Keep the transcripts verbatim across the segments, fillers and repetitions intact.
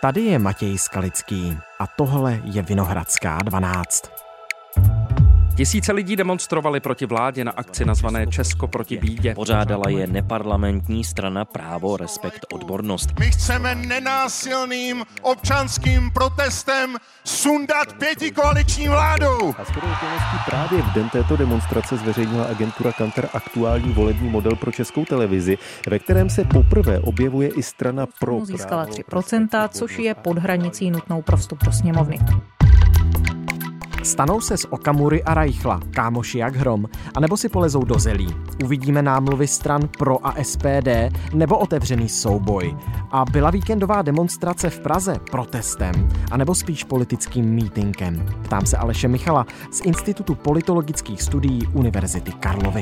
Tady je Matěj Skalický a tohle je Vinohradská dvanáct. Tisíce lidí demonstrovali proti vládě na akci nazvané Česko proti bídě. Pořádala je neparlamentní strana Právo, respekt, odbornost. My chceme nenásilným občanským protestem sundat pětikoaliční vládu. A shodou okolností právě v den této demonstrace zveřejnila agentura Kantar aktuální volební model pro Českou televizi, ve kterém se poprvé objevuje i strana Pro. Získala tři procenta, což je pod hranicí nutnou pro vstup do sněmovny. Stanou se z Okamury a Reichla kámoši jak hrom, anebo si polezou do zelí. Uvidíme námluvy stran Pro a S P D nebo otevřený souboj. A byla víkendová demonstrace v Praze protestem, anebo spíš politickým mítinkem. Ptám se Aleše Michala z Institutu politologických studií Univerzity Karlovy.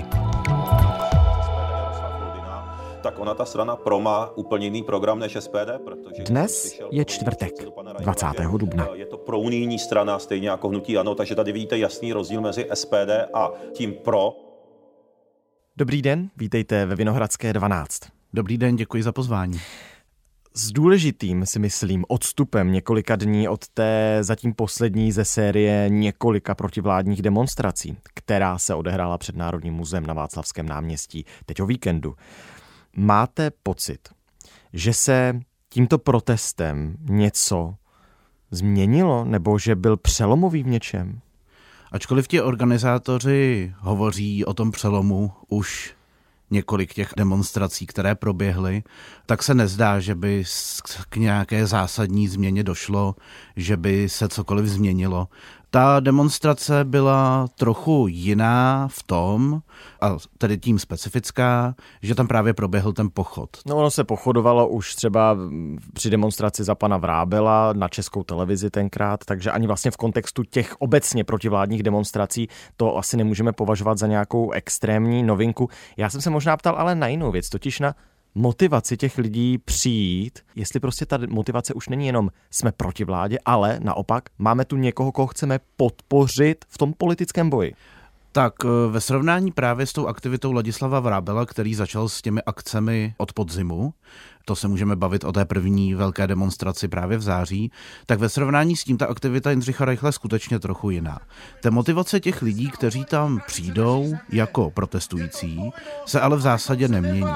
Tak ona ta strana Pro má úplně jiný program než S P D, protože... Dnes je čtvrtek, dvacátého dubna. Je to prounijní strana, stejně jako hnutí ANO, takže tady vidíte jasný rozdíl mezi S P D a tím Pro. Dobrý den, vítejte ve Vinohradské dvanáct. Dobrý den, děkuji za pozvání. S důležitým, si myslím, odstupem několika dní od té zatím poslední ze série několika protivládních demonstrací, která se odehrála před Národním muzeem na Václavském náměstí teď o víkendu. Máte pocit, že se tímto protestem něco změnilo, nebo že byl přelomový v něčem? Ačkoliv ti organizátoři hovoří o tom přelomu už několik těch demonstrací, které proběhly, tak se nezdá, že by k nějaké zásadní změně došlo, že by se cokoliv změnilo. Ta demonstrace byla trochu jiná v tom, a tedy tím specifická, že tam právě proběhl ten pochod. No ono se pochodovalo už třeba při demonstraci za pana Vrábela na Českou televizi tenkrát, takže ani vlastně v kontextu těch obecně protivládních demonstrací to asi nemůžeme považovat za nějakou extrémní novinku. Já jsem se možná ptal ale na jinou věc, totiž na motivaci těch lidí přijít, jestli prostě ta motivace už není jenom jsme proti vládě, ale naopak máme tu někoho, koho chceme podpořit v tom politickém boji. Tak ve srovnání právě s tou aktivitou Ladislava Vrábela, který začal s těmi akcemi od podzimu, to se můžeme bavit o té první velké demonstraci právě v září, tak ve srovnání s tím ta aktivita Jindřicha Reichle je skutečně trochu jiná. Ta motivace těch lidí, kteří tam přijdou jako protestující, se ale v zásadě nemění.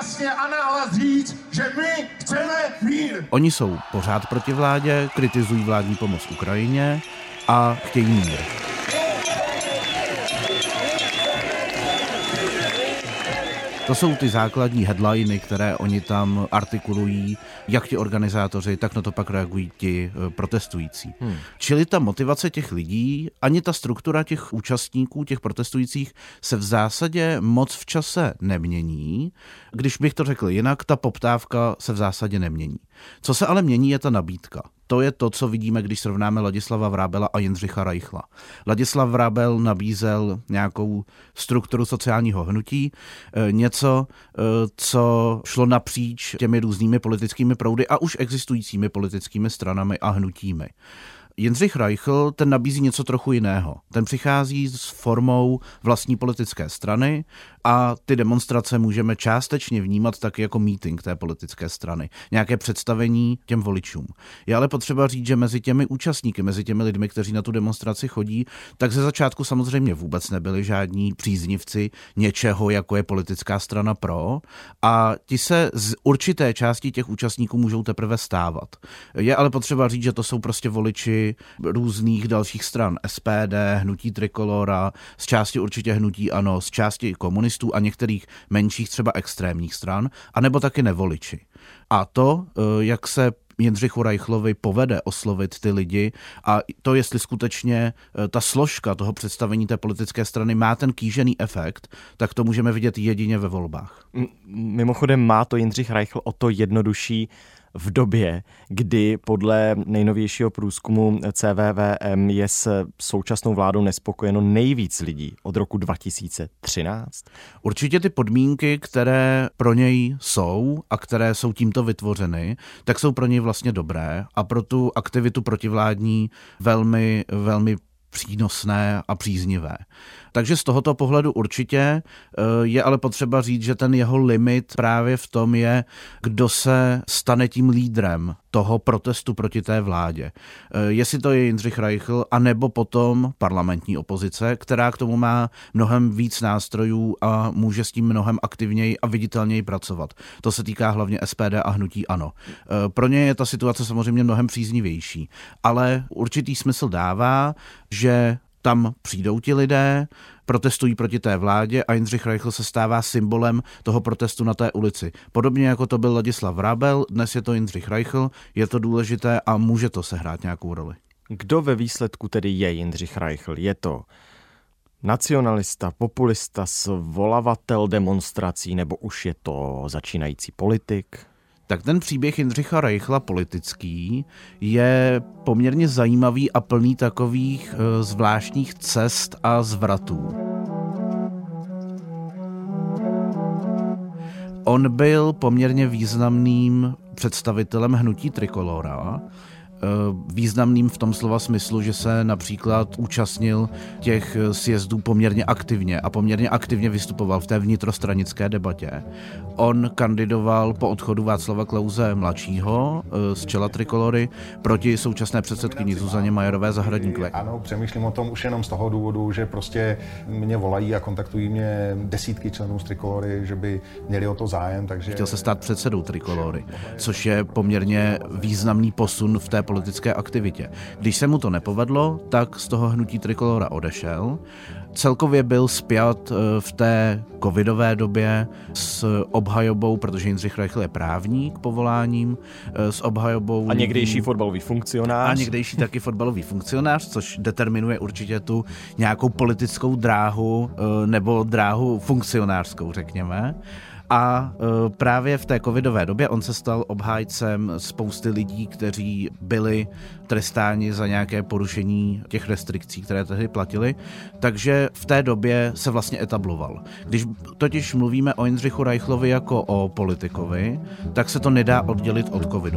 Oni jsou pořád proti vládě, kritizují vládní pomoc Ukrajině a chtějí mír. To jsou ty základní headliny, které oni tam artikulují, jak ti organizátoři, tak na to pak reagují ti protestující. Hmm. Čili ta motivace těch lidí, ani ta struktura těch účastníků, těch protestujících se v zásadě moc v čase nemění. Když bych to řekl jinak, ta poptávka se v zásadě nemění. Co se ale mění, je ta nabídka. To je to, co vidíme, když srovnáme Ladislava Vrábela a Jindřicha Reichla. Ladislav Vrábel nabízel nějakou strukturu sociálního hnutí, něco, co šlo napříč těmi různými politickými proudy a už existujícími politickými stranami a hnutími. Jindřich Reichl, ten nabízí něco trochu jiného. Ten přichází s formou vlastní politické strany a ty demonstrace můžeme částečně vnímat taky jako meeting té politické strany. Nějaké představení těm voličům. Je ale potřeba říct, že mezi těmi účastníky, mezi těmi lidmi, kteří na tu demonstraci chodí, tak ze začátku samozřejmě vůbec nebyli žádní příznivci něčeho, jako je politická strana Pro, a ti se z určité části těch účastníků můžou teprve stávat. Je ale potřeba říct, že to jsou prostě voliči různých dalších stran, S P D, hnutí Trikolora, z části určitě hnutí ANO, z části komunistů a některých menších třeba extrémních stran, anebo taky nevoliči. A to, jak se Jindřichu Reichlovi povede oslovit ty lidi a to, jestli skutečně ta složka toho představení té politické strany má ten kýžený efekt, tak to můžeme vidět jedině ve volbách. Mimochodem má to Jindřich Reichl o to jednodušší v době, kdy podle nejnovějšího průzkumu C V V M je s současnou vládou nespokojeno nejvíc lidí od roku dva tisíce třináct. Určitě ty podmínky, které pro něj jsou a které jsou tímto vytvořeny, tak jsou pro něj vlastně dobré a pro tu aktivitu protivládní velmi, velmi přínosné a příznivé. Takže z tohoto pohledu určitě je ale potřeba říct, že ten jeho limit právě v tom je, kdo se stane tím lídrem toho protestu proti té vládě. Jestli to je Jindřich Reichl, anebo potom parlamentní opozice, která k tomu má mnohem víc nástrojů a může s tím mnohem aktivněji a viditelněji pracovat. To se týká hlavně S P D a hnutí ANO. Pro ně je ta situace samozřejmě mnohem příznivější, ale určitý smysl dává, že tam přijdou ti lidé, protestují proti té vládě a Jindřich Reichl se stává symbolem toho protestu na té ulici. Podobně jako to byl Ladislav Vrábel, dnes je to Jindřich Reichl, je to důležité a může to sehrát nějakou roli. Kdo ve výsledku tedy je Jindřich Reichl? Je to nacionalista, populista, svolavatel demonstrací, nebo už je to začínající politik? Tak ten příběh Jindřicha Reichla politický je poměrně zajímavý a plný takových e, zvláštních cest a zvratů. On byl poměrně významným představitelem hnutí Trikolora, významným v tom slova smyslu, že se například účastnil těch sjezdů poměrně aktivně a poměrně aktivně vystupoval v té vnitrostranické debatě. On kandidoval po odchodu Václava Klause mladšího z čela Trikolory proti současné předsedkyni Zuzaně Majerové Zahradníkové. Ano, přemýšlím o tom už jenom z toho důvodu, že prostě mě volají a kontaktují mě desítky členů z Trikolory, že by měli o to zájem, takže... Chtěl se stát předsedou Trikolory, což je poměrně významný posun v té politické aktivitě. Když se mu to nepovedlo, tak z toho hnutí Trikolora odešel. Celkově byl spjat v té covidové době s obhajobou, protože Jindřich Reichl je právník povoláním, s obhajobou... A někdejší fotbalový funkcionář. A někdejší taky fotbalový funkcionář, což determinuje určitě tu nějakou politickou dráhu nebo dráhu funkcionářskou, řekněme. A e, právě v té covidové době on se stal obhájcem spousty lidí, kteří byli trestáni za nějaké porušení těch restrikcí, které tehdy platily. Takže v té době se vlastně etabloval. Když totiž mluvíme o Jindřichu Reichlovi jako o politikovi, tak se to nedá oddělit od covidu.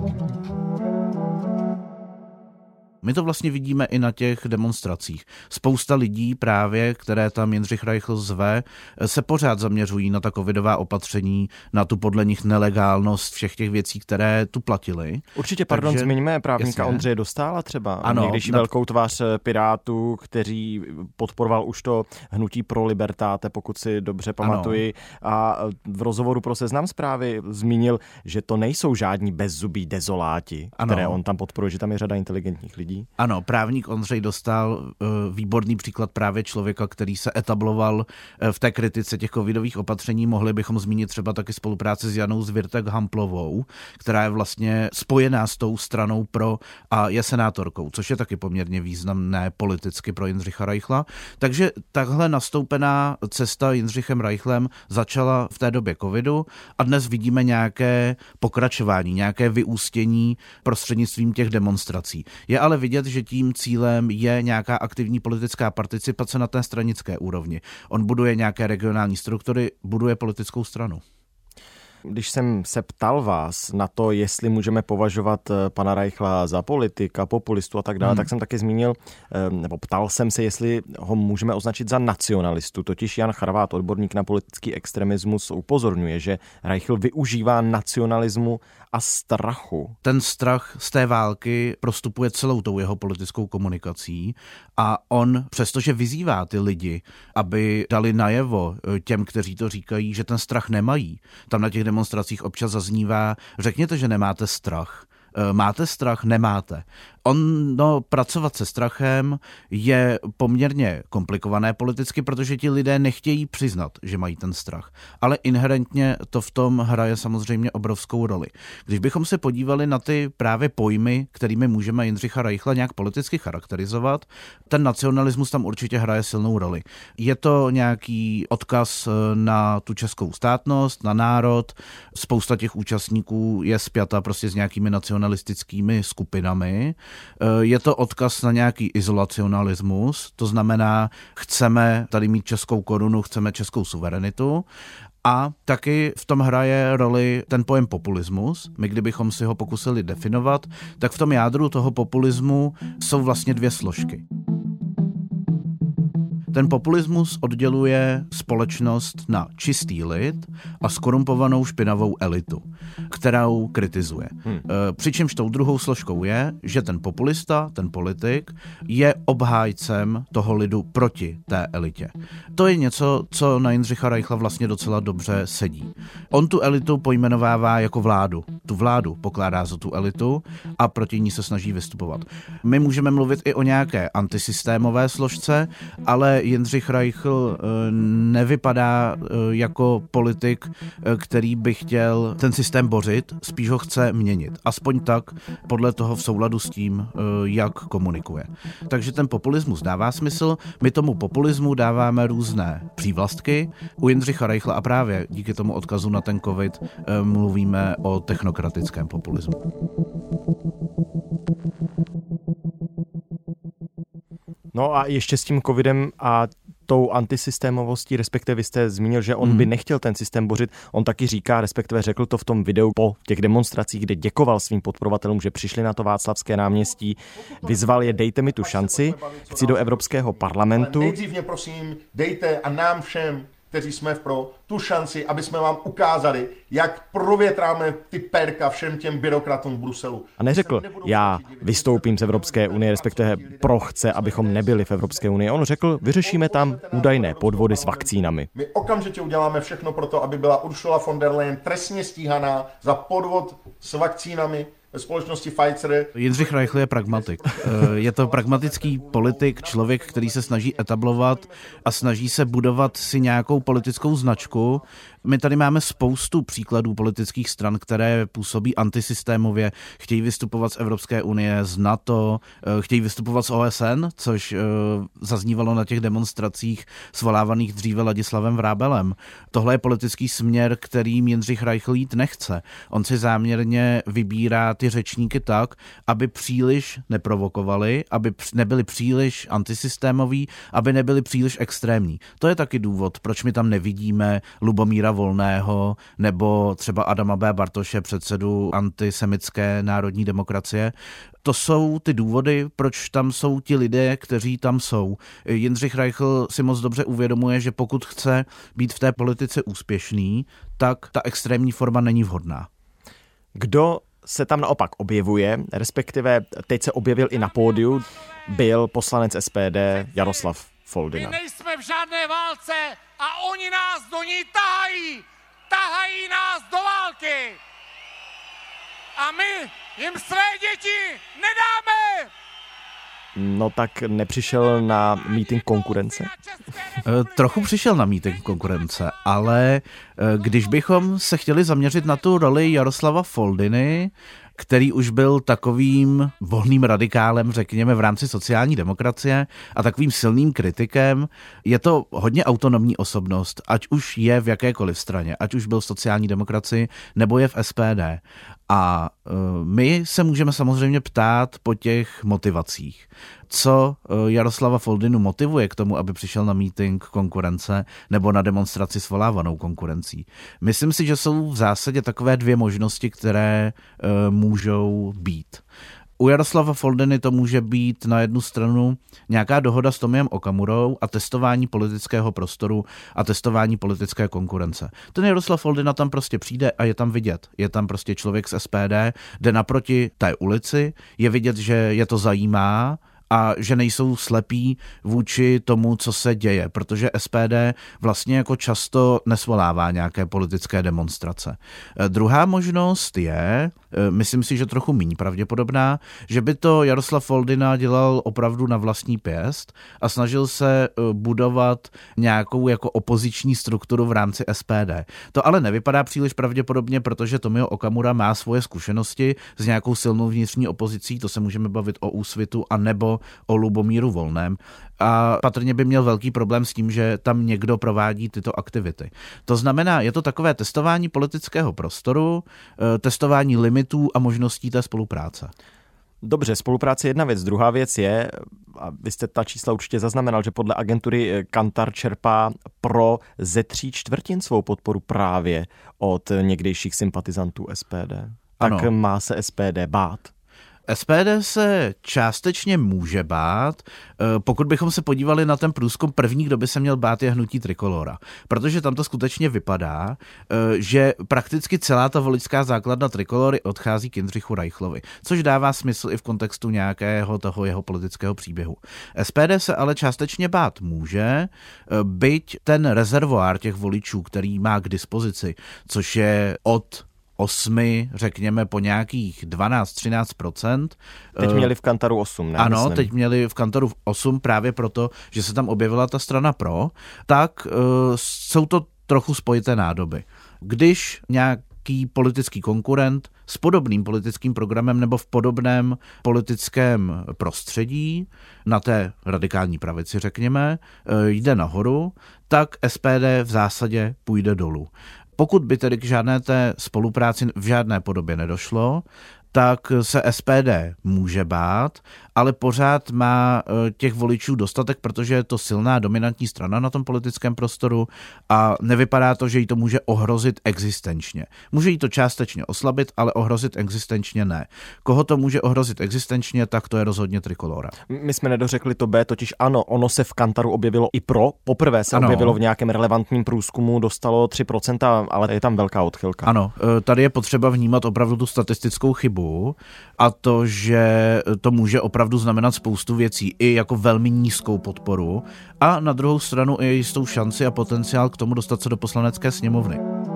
My to vlastně vidíme i na těch demonstracích. Spousta lidí právě, které tam Jindřich Reichl zve, se pořád zaměřují na ta covidová opatření, na tu podle nich nelegálnost všech těch věcí, které tu platily. Určitě, pardon, Takže, zmiňme právníka jasně. Ondřeje Dostála třeba. Ano. Někdejší na... velkou tvář Pirátů, kteří podporoval už to hnutí pro libertáte, pokud si dobře pamatuji. Ano. A v rozhovoru pro Seznam Zprávy zmínil, že to nejsou žádní bezzubí dezoláti, ano. které on tam podporuje, že tam je řada inteligentních lidí. Ano, právník Ondřej Dostál uh, výborný příklad právě člověka, který se etabloval uh, v té kritice těch covidových opatření. Mohli bychom zmínit třeba taky spolupráci s Janou Zvirtek-Hamplovou, která je vlastně spojená s tou stranou pro a je senátorkou, což je taky poměrně významné politicky pro Jindřicha Reichla. Takže takhle nastoupená cesta Jindřichem Reichlem začala v té době covidu a dnes vidíme nějaké pokračování, nějaké vyústění prostřednictvím těch demonstrací. Je ale vidět, že tím cílem je nějaká aktivní politická participace na té stranické úrovni. On buduje nějaké regionální struktury, buduje politickou stranu. Když jsem se ptal vás na to, jestli můžeme považovat pana Reichla za politika, populistu a tak dále, hmm. tak jsem taky zmínil, nebo ptal jsem se, jestli ho můžeme označit za nacionalistu. Totiž Jan Charvát, odborník na politický extremismus, upozorňuje, že Reichl využívá nacionalismu a strachu. Ten strach z té války prostupuje celou tou jeho politickou komunikací a on, přestože vyzývá ty lidi, aby dali najevo těm, kteří to říkají, že ten strach nemají, tam na těch demonstracích občas zaznívá, řekněte, že nemáte strach. Máte strach? Nemáte. On, no, pracovat se strachem je poměrně komplikované politicky, protože ti lidé nechtějí přiznat, že mají ten strach. Ale inherentně to v tom hraje samozřejmě obrovskou roli. Když bychom se podívali na ty právě pojmy, kterými můžeme Jindřicha Reichla nějak politicky charakterizovat, ten nacionalismus tam určitě hraje silnou roli. Je to nějaký odkaz na tu českou státnost, na národ. Spousta těch účastníků je spjata prostě s nějakými nacionalistickými skupinami. Je to odkaz na nějaký izolacionalismus, to znamená, chceme tady mít českou korunu, chceme českou suverenitu. A taky v tom hraje roli ten pojem populismus. My kdybychom si ho pokusili definovat, tak v tom jádru toho populismu jsou vlastně dvě složky. Ten populismus odděluje společnost na čistý lid a skorumpovanou špinavou elitu, kterou kritizuje. Hmm. Přičemž tou druhou složkou je, že ten populista, ten politik, je obhájcem toho lidu proti té elitě. To je něco, co na Jindřicha Reichla vlastně docela dobře sedí. On tu elitu pojmenovává jako vládu. Tu vládu pokládá za tu elitu a proti ní se snaží vystupovat. My můžeme mluvit i o nějaké antisystémové složce, ale Jindřich Reichl nevypadá jako politik, který by chtěl ten systém bořit, spíš ho chce měnit. Aspoň tak podle toho v souladu s tím, jak komunikuje. Takže ten populismus dává smysl, my tomu populismu dáváme různé přívlastky. U Jindřicha Reichla a právě díky tomu odkazu na ten covid mluvíme o technokratickém populismu. No a ještě s tím covidem a tou antisystémovostí, respektive vy jste zmínil, že on hmm. by nechtěl ten systém bořit. On taky říká, respektive řekl to v tom videu po těch demonstracích, kde děkoval svým podporovatelům, že přišli na to Václavské náměstí, vyzval je, dejte mi tu šanci, chci do Evropského parlamentu. Nejdřív mě prosím, dejte a nám všem, kteří jsme v pro, tu šanci, aby jsme vám ukázali, jak provětráme ty perka všem těm byrokratům v Bruselu. A neřekl, já vystoupím z Evropské unie, respektive pro chce, abychom nebyli v Evropské unii. On řekl, vyřešíme tam údajné podvody s vakcínami. My okamžitě uděláme všechno pro to, aby byla Ursula von der Leyen trestně stíhaná za podvod s vakcínami ve společnosti Pfizer. Jindřich Reichl je pragmatik. Je to pragmatický politik, člověk, který se snaží etablovat a snaží se budovat si nějakou politickou značku. My tady máme spoustu příkladů politických stran, které působí antisystémově, chtějí vystupovat z Evropské unie, z NATO, chtějí vystupovat z O S N, což zaznívalo na těch demonstracích svolávaných dříve Ladislavem Vrábelem. Tohle je politický směr, kterým Jindřich Reichl jít nechce. On si záměrně vybírá ty řečníky tak, aby příliš neprovokovali, aby nebyli příliš antisystémoví, aby nebyli příliš extrémní. To je taky důvod, proč my tam nevidíme Lubomíra Volného nebo třeba Adama B. Bartoše, předsedu antisemické národní demokracie. To jsou ty důvody, proč tam jsou ti lidé, kteří tam jsou. Jindřich Reichl si moc dobře uvědomuje, že pokud chce být v té politice úspěšný, tak ta extrémní forma není vhodná. Kdo se tam naopak objevuje, respektive teď se objevil i na pódiu, byl poslanec S P D Jaroslav Foldyna. My nejsme v žádné válce a oni nás do ní tahají. Tahají nás do války. A my jim své děti nedáme. No tak nepřišel na meeting konkurence? Trochu přišel na meeting konkurence, ale když bychom se chtěli zaměřit na tu roli Jaroslava Foldyny, který už byl takovým volným radikálem, řekněme, v rámci sociální demokracie a takovým silným kritikem. Je to hodně autonomní osobnost, ať už je v jakékoliv straně, ať už byl v sociální demokracii, nebo je v S P D. A my se můžeme samozřejmě ptát po těch motivacích. Co Jaroslava Foldynu motivuje k tomu, aby přišel na meeting konkurence nebo na demonstraci svolávanou konkurencí? Myslím si, že jsou v zásadě takové dvě možnosti, které můžou být. U Jaroslava Foldyny to může být na jednu stranu nějaká dohoda s Tomiem Okamurou a testování politického prostoru a testování politické konkurence. Ten Jaroslav Foldyna tam prostě přijde a je tam vidět. Je tam prostě člověk z S P D, jde naproti té ulici, je vidět, že je to zajímá a že nejsou slepí vůči tomu, co se děje, protože S P D vlastně jako často nesvolává nějaké politické demonstrace. Druhá možnost je, myslím si, že trochu méně pravděpodobná, že by to Jaroslav Foldyna dělal opravdu na vlastní pěst a snažil se budovat nějakou jako opoziční strukturu v rámci S P D. To ale nevypadá příliš pravděpodobně, protože Tomio Okamura má svoje zkušenosti s nějakou silnou vnitřní opozicí, to se můžeme bavit o Úsvitu a nebo o Lubomíru Volném a patrně by měl velký problém s tím, že tam někdo provádí tyto aktivity. To znamená, je to takové testování politického prostoru, testování limitů a možností té spolupráce. Dobře, spolupráce je jedna věc. Druhá věc je, a vy jste ta čísla určitě zaznamenal, že podle agentury Kantar čerpá pro ze tří čtvrtin svou podporu právě od někdejších sympatizantů S P D. Tak ano. Má se S P D bát? S P D se částečně může bát, pokud bychom se podívali na ten průzkum, první, kdo by se měl bát, je hnutí Trikolora. Protože tam to skutečně vypadá, že prakticky celá ta voličská základna Trikolory odchází k Jindřichu Reichlovi, což dává smysl i v kontextu nějakého toho jeho politického příběhu. S P D se ale částečně bát může, byť ten rezervoár těch voličů, který má k dispozici, což je od osmi, řekněme, po nějakých dvanáct třináct procent. Teď měli v Kantaru osm, ne? Ano, myslím. teď měli v Kantaru osm právě proto, že se tam objevila ta strana Pro, tak uh, jsou to trochu spojité nádoby. Když nějaký politický konkurent s podobným politickým programem nebo v podobném politickém prostředí, na té radikální pravici, řekněme, jde nahoru, tak S P D v zásadě půjde dolů. Pokud by tedy k žádné té spolupráci v žádné podobě nedošlo, tak se S P D může bát, ale pořád má těch voličů dostatek, protože je to silná dominantní strana na tom politickém prostoru a nevypadá to, že jí to může ohrozit existenčně. Může jí to částečně oslabit, ale ohrozit existenčně ne. Koho to může ohrozit existenčně, tak to je rozhodně Trikolora. My jsme nedořekli to B, totiž ano, ono se v Kantaru objevilo i Pro, poprvé se ano. objevilo v nějakém relevantním průzkumu, dostalo tři procenta, ale je tam velká odchylka. Ano, tady je potřeba vnímat opravdu tu statistickou chybu a to, že to může opravdu znamenat spoustu věcí, i jako velmi nízkou podporu a na druhou stranu i jistou šanci a potenciál k tomu dostat se do poslanecké sněmovny.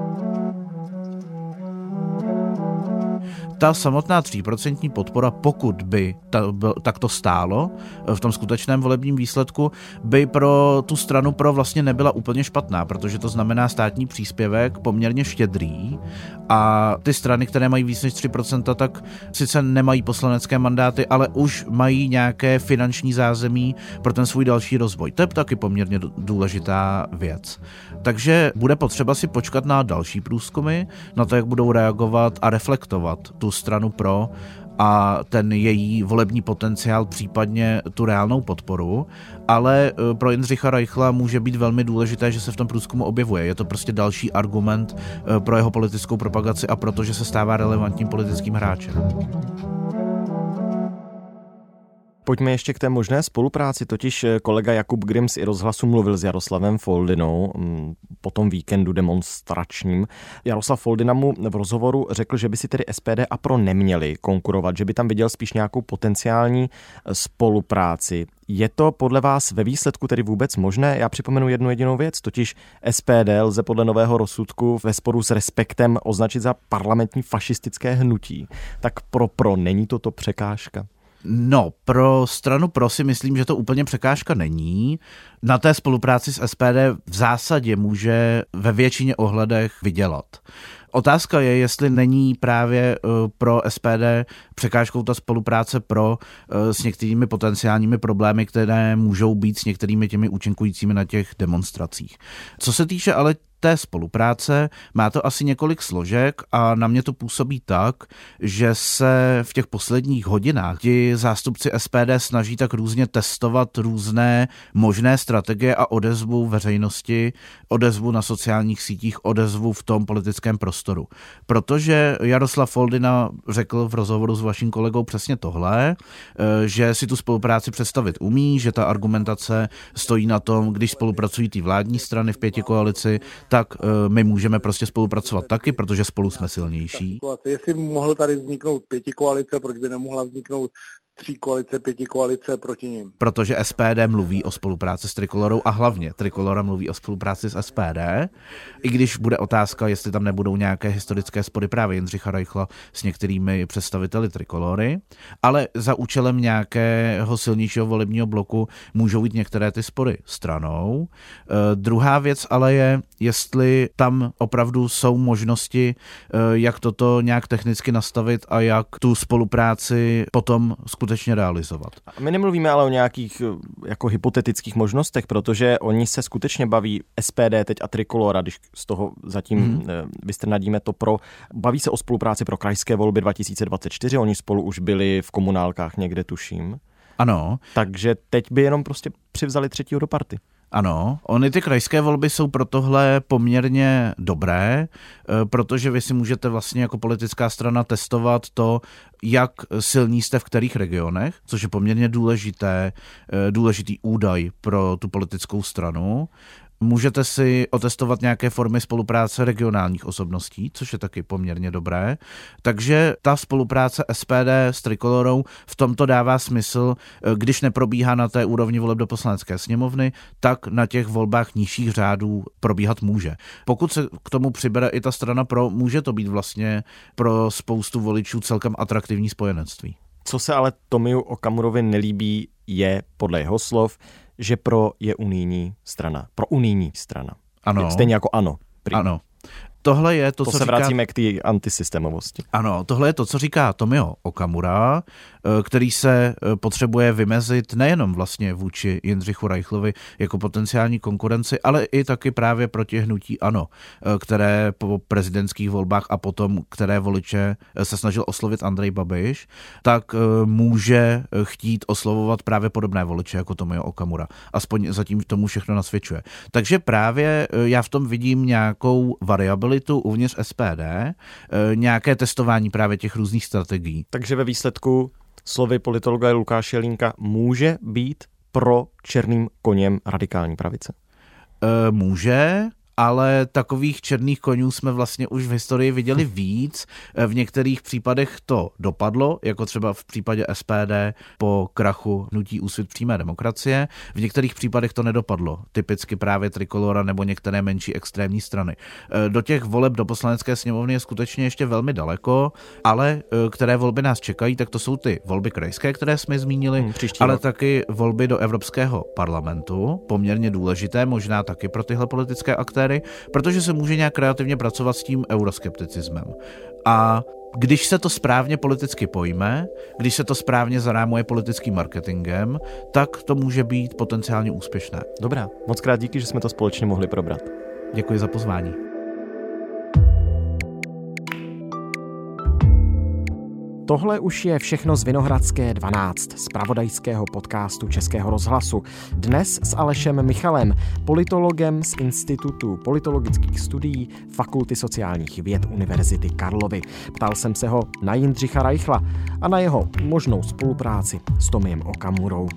Ta samotná tříprocentní podpora, pokud by ta, tak to stálo v tom skutečném volebním výsledku, by pro tu stranu Pro vlastně nebyla úplně špatná, protože to znamená státní příspěvek poměrně štědrý a ty strany, které mají víc než tři procenta, tak sice nemají poslanecké mandáty, ale už mají nějaké finanční zázemí pro ten svůj další rozvoj. To je taky poměrně důležitá věc. Takže bude potřeba si počkat na další průzkumy, na to, jak budou reagovat a reflektovat tu stranu Pro a ten její volební potenciál, případně tu reálnou podporu, ale pro Jindřicha Reichla může být velmi důležité, že se v tom průzkumu objevuje. Je to prostě další argument pro jeho politickou propagaci a proto, že se stává relevantním politickým hráčem. Pojďme ještě k té možné spolupráci, totiž kolega Jakub Grimm z iRozhlasu mluvil s Jaroslavem Foldynou po tom víkendu demonstračním. Jaroslav Foldyna mu v rozhovoru řekl, že by si tedy S P D a Pro neměli konkurovat, že by tam viděl spíš nějakou potenciální spolupráci. Je to podle vás ve výsledku tedy vůbec možné? Já připomenu jednu jedinou věc, totiž S P D lze podle nového rozsudku ve sporu s Respektem označit za parlamentní fašistické hnutí. Tak pro Pro není toto překážka? No, pro stranu Pro si myslím, že to úplně překážka není. Na té spolupráci s S P D v zásadě může ve většině ohledech vydělat. Otázka je, jestli není právě pro S P D překážkou ta spolupráce Pro s některými potenciálními problémy, které můžou být s některými těmi účinkujícími na těch demonstracích. Co se týče ale té spolupráce, má to asi několik složek a na mě to působí tak, že se v těch posledních hodinách ti zástupci S P D snaží tak různě testovat různé možné strategie a odezvu veřejnosti, odezvu na sociálních sítích, odezvu v tom politickém prostoru. Protože Jaroslav Foldyna řekl v rozhovoru s vaším kolegou přesně tohle, že si tu spolupráci představit umí, že ta argumentace stojí na tom, když spolupracují ty vládní strany v pětikoalici, tak my můžeme prostě spolupracovat taky, protože spolu jsme silnější. Jestli mohlo tady vzniknout pětikoalice, proč by nemohla vzniknout tří koalice, pěti koalice proti nim? Protože S P D mluví o spolupráci s Trikolorou a hlavně Trikolora mluví o spolupráci s S P D, i když bude otázka, jestli tam nebudou nějaké historické spory právě Jindřicha Reichla s některými představiteli Trikolory, ale za účelem nějakého silnějšího volebního bloku můžou jít některé ty spory stranou. E, druhá věc ale je, jestli tam opravdu jsou možnosti, e, jak toto nějak technicky nastavit a jak tu spolupráci potom skutečně realizovat. My nemluvíme ale o nějakých jako hypotetických možnostech, protože oni se skutečně baví S P D teď a Trikolora, když z toho zatím hmm. vystrnadíme to Pro. Baví se o spolupráci pro krajské volby dva tisíce dvacet čtyři, oni spolu už byli v komunálkách někde, tuším. Ano. Takže teď by jenom prostě přivzali třetího do party. Ano, ony ty krajské volby jsou pro tohle poměrně dobré, protože vy si můžete vlastně jako politická strana testovat to, jak silní jste v kterých regionech, což je poměrně důležité, důležitý údaj pro tu politickou stranu. Můžete si otestovat nějaké formy spolupráce regionálních osobností, což je taky poměrně dobré. Takže ta spolupráce S P D s Trikolorou v tomto dává smysl, když neprobíhá na té úrovni voleb do Poslanecké sněmovny, tak na těch volbách nižších řádů probíhat může. Pokud se k tomu přibere i ta strana pro, může to být vlastně pro spoustu voličů celkem atraktivní spojenectví. Co se ale Tomio Okamurovi nelíbí, je podle jeho slov, že pro je unijní strana. Pro unijní strana. Ano. Stejně jako ANO. Prý. Ano. Tohle je to, to co se říká... vracíme k té antisystémovosti. Ano, tohle je to, co říká Tomio Okamura, který se potřebuje vymezit nejenom vlastně vůči Jindřichu Reichlovi jako potenciální konkurenci, ale i taky právě proti hnutí ANO, které po prezidentských volbách a potom, které voliče se snažil oslovit Andrej Babiš, tak může chtít oslovovat právě podobné voliče jako Tomio Okamura. Aspoň zatím tomu všechno nasvědčuje. Takže právě já v tom vidím nějakou variabilitu uvnitř S P D, nějaké testování právě těch různých strategií. Takže ve výsledku slovy politologa Lukáše Jelínka může být pro černým koněm radikální pravice? E, může, ale takových černých konňů jsme vlastně už v historii viděli víc. V některých případech to dopadlo, jako třeba v případě S P D po krachu hnutí Úsvit přímé demokracie. V některých případech to nedopadlo. Typicky právě Trikolora nebo některé menší extrémní strany. Do těch voleb do Poslanecké sněmovny je skutečně ještě velmi daleko, ale které volby nás čekají, tak to jsou ty volby krajské, které jsme zmínili, hmm, ale rok. Taky volby do Evropského parlamentu, poměrně důležité, možná taky pro tyhle politické aktéry, protože se může nějak kreativně pracovat s tím euroskepticismem. A když se to správně politicky pojme, když se to správně zarámuje politickým marketingem, tak to může být potenciálně úspěšné. Dobrá, moc krát díky, že jsme to společně mohli probrat. Děkuji za pozvání. Tohle už je všechno z Vinohradské dvanáct, zpravodajského podcastu Českého rozhlasu. Dnes s Alešem Michalem, politologem z Institutu politologických studií Fakulty sociálních věd Univerzity Karlovy. Ptal jsem se ho na Jindřicha Reichla a na jeho možnou spolupráci s Tomiem Okamurou.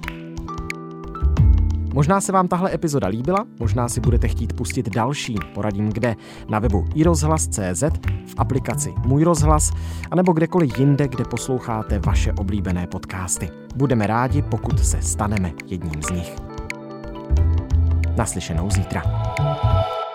Možná se vám tahle epizoda líbila, možná si budete chtít pustit další, poradím kde, na webu i rozhlas tečka cé zet, v aplikaci Můj rozhlas, anebo kdekoliv jinde, kde posloucháte vaše oblíbené podcasty. Budeme rádi, pokud se staneme jedním z nich. Naslyšenou zítra.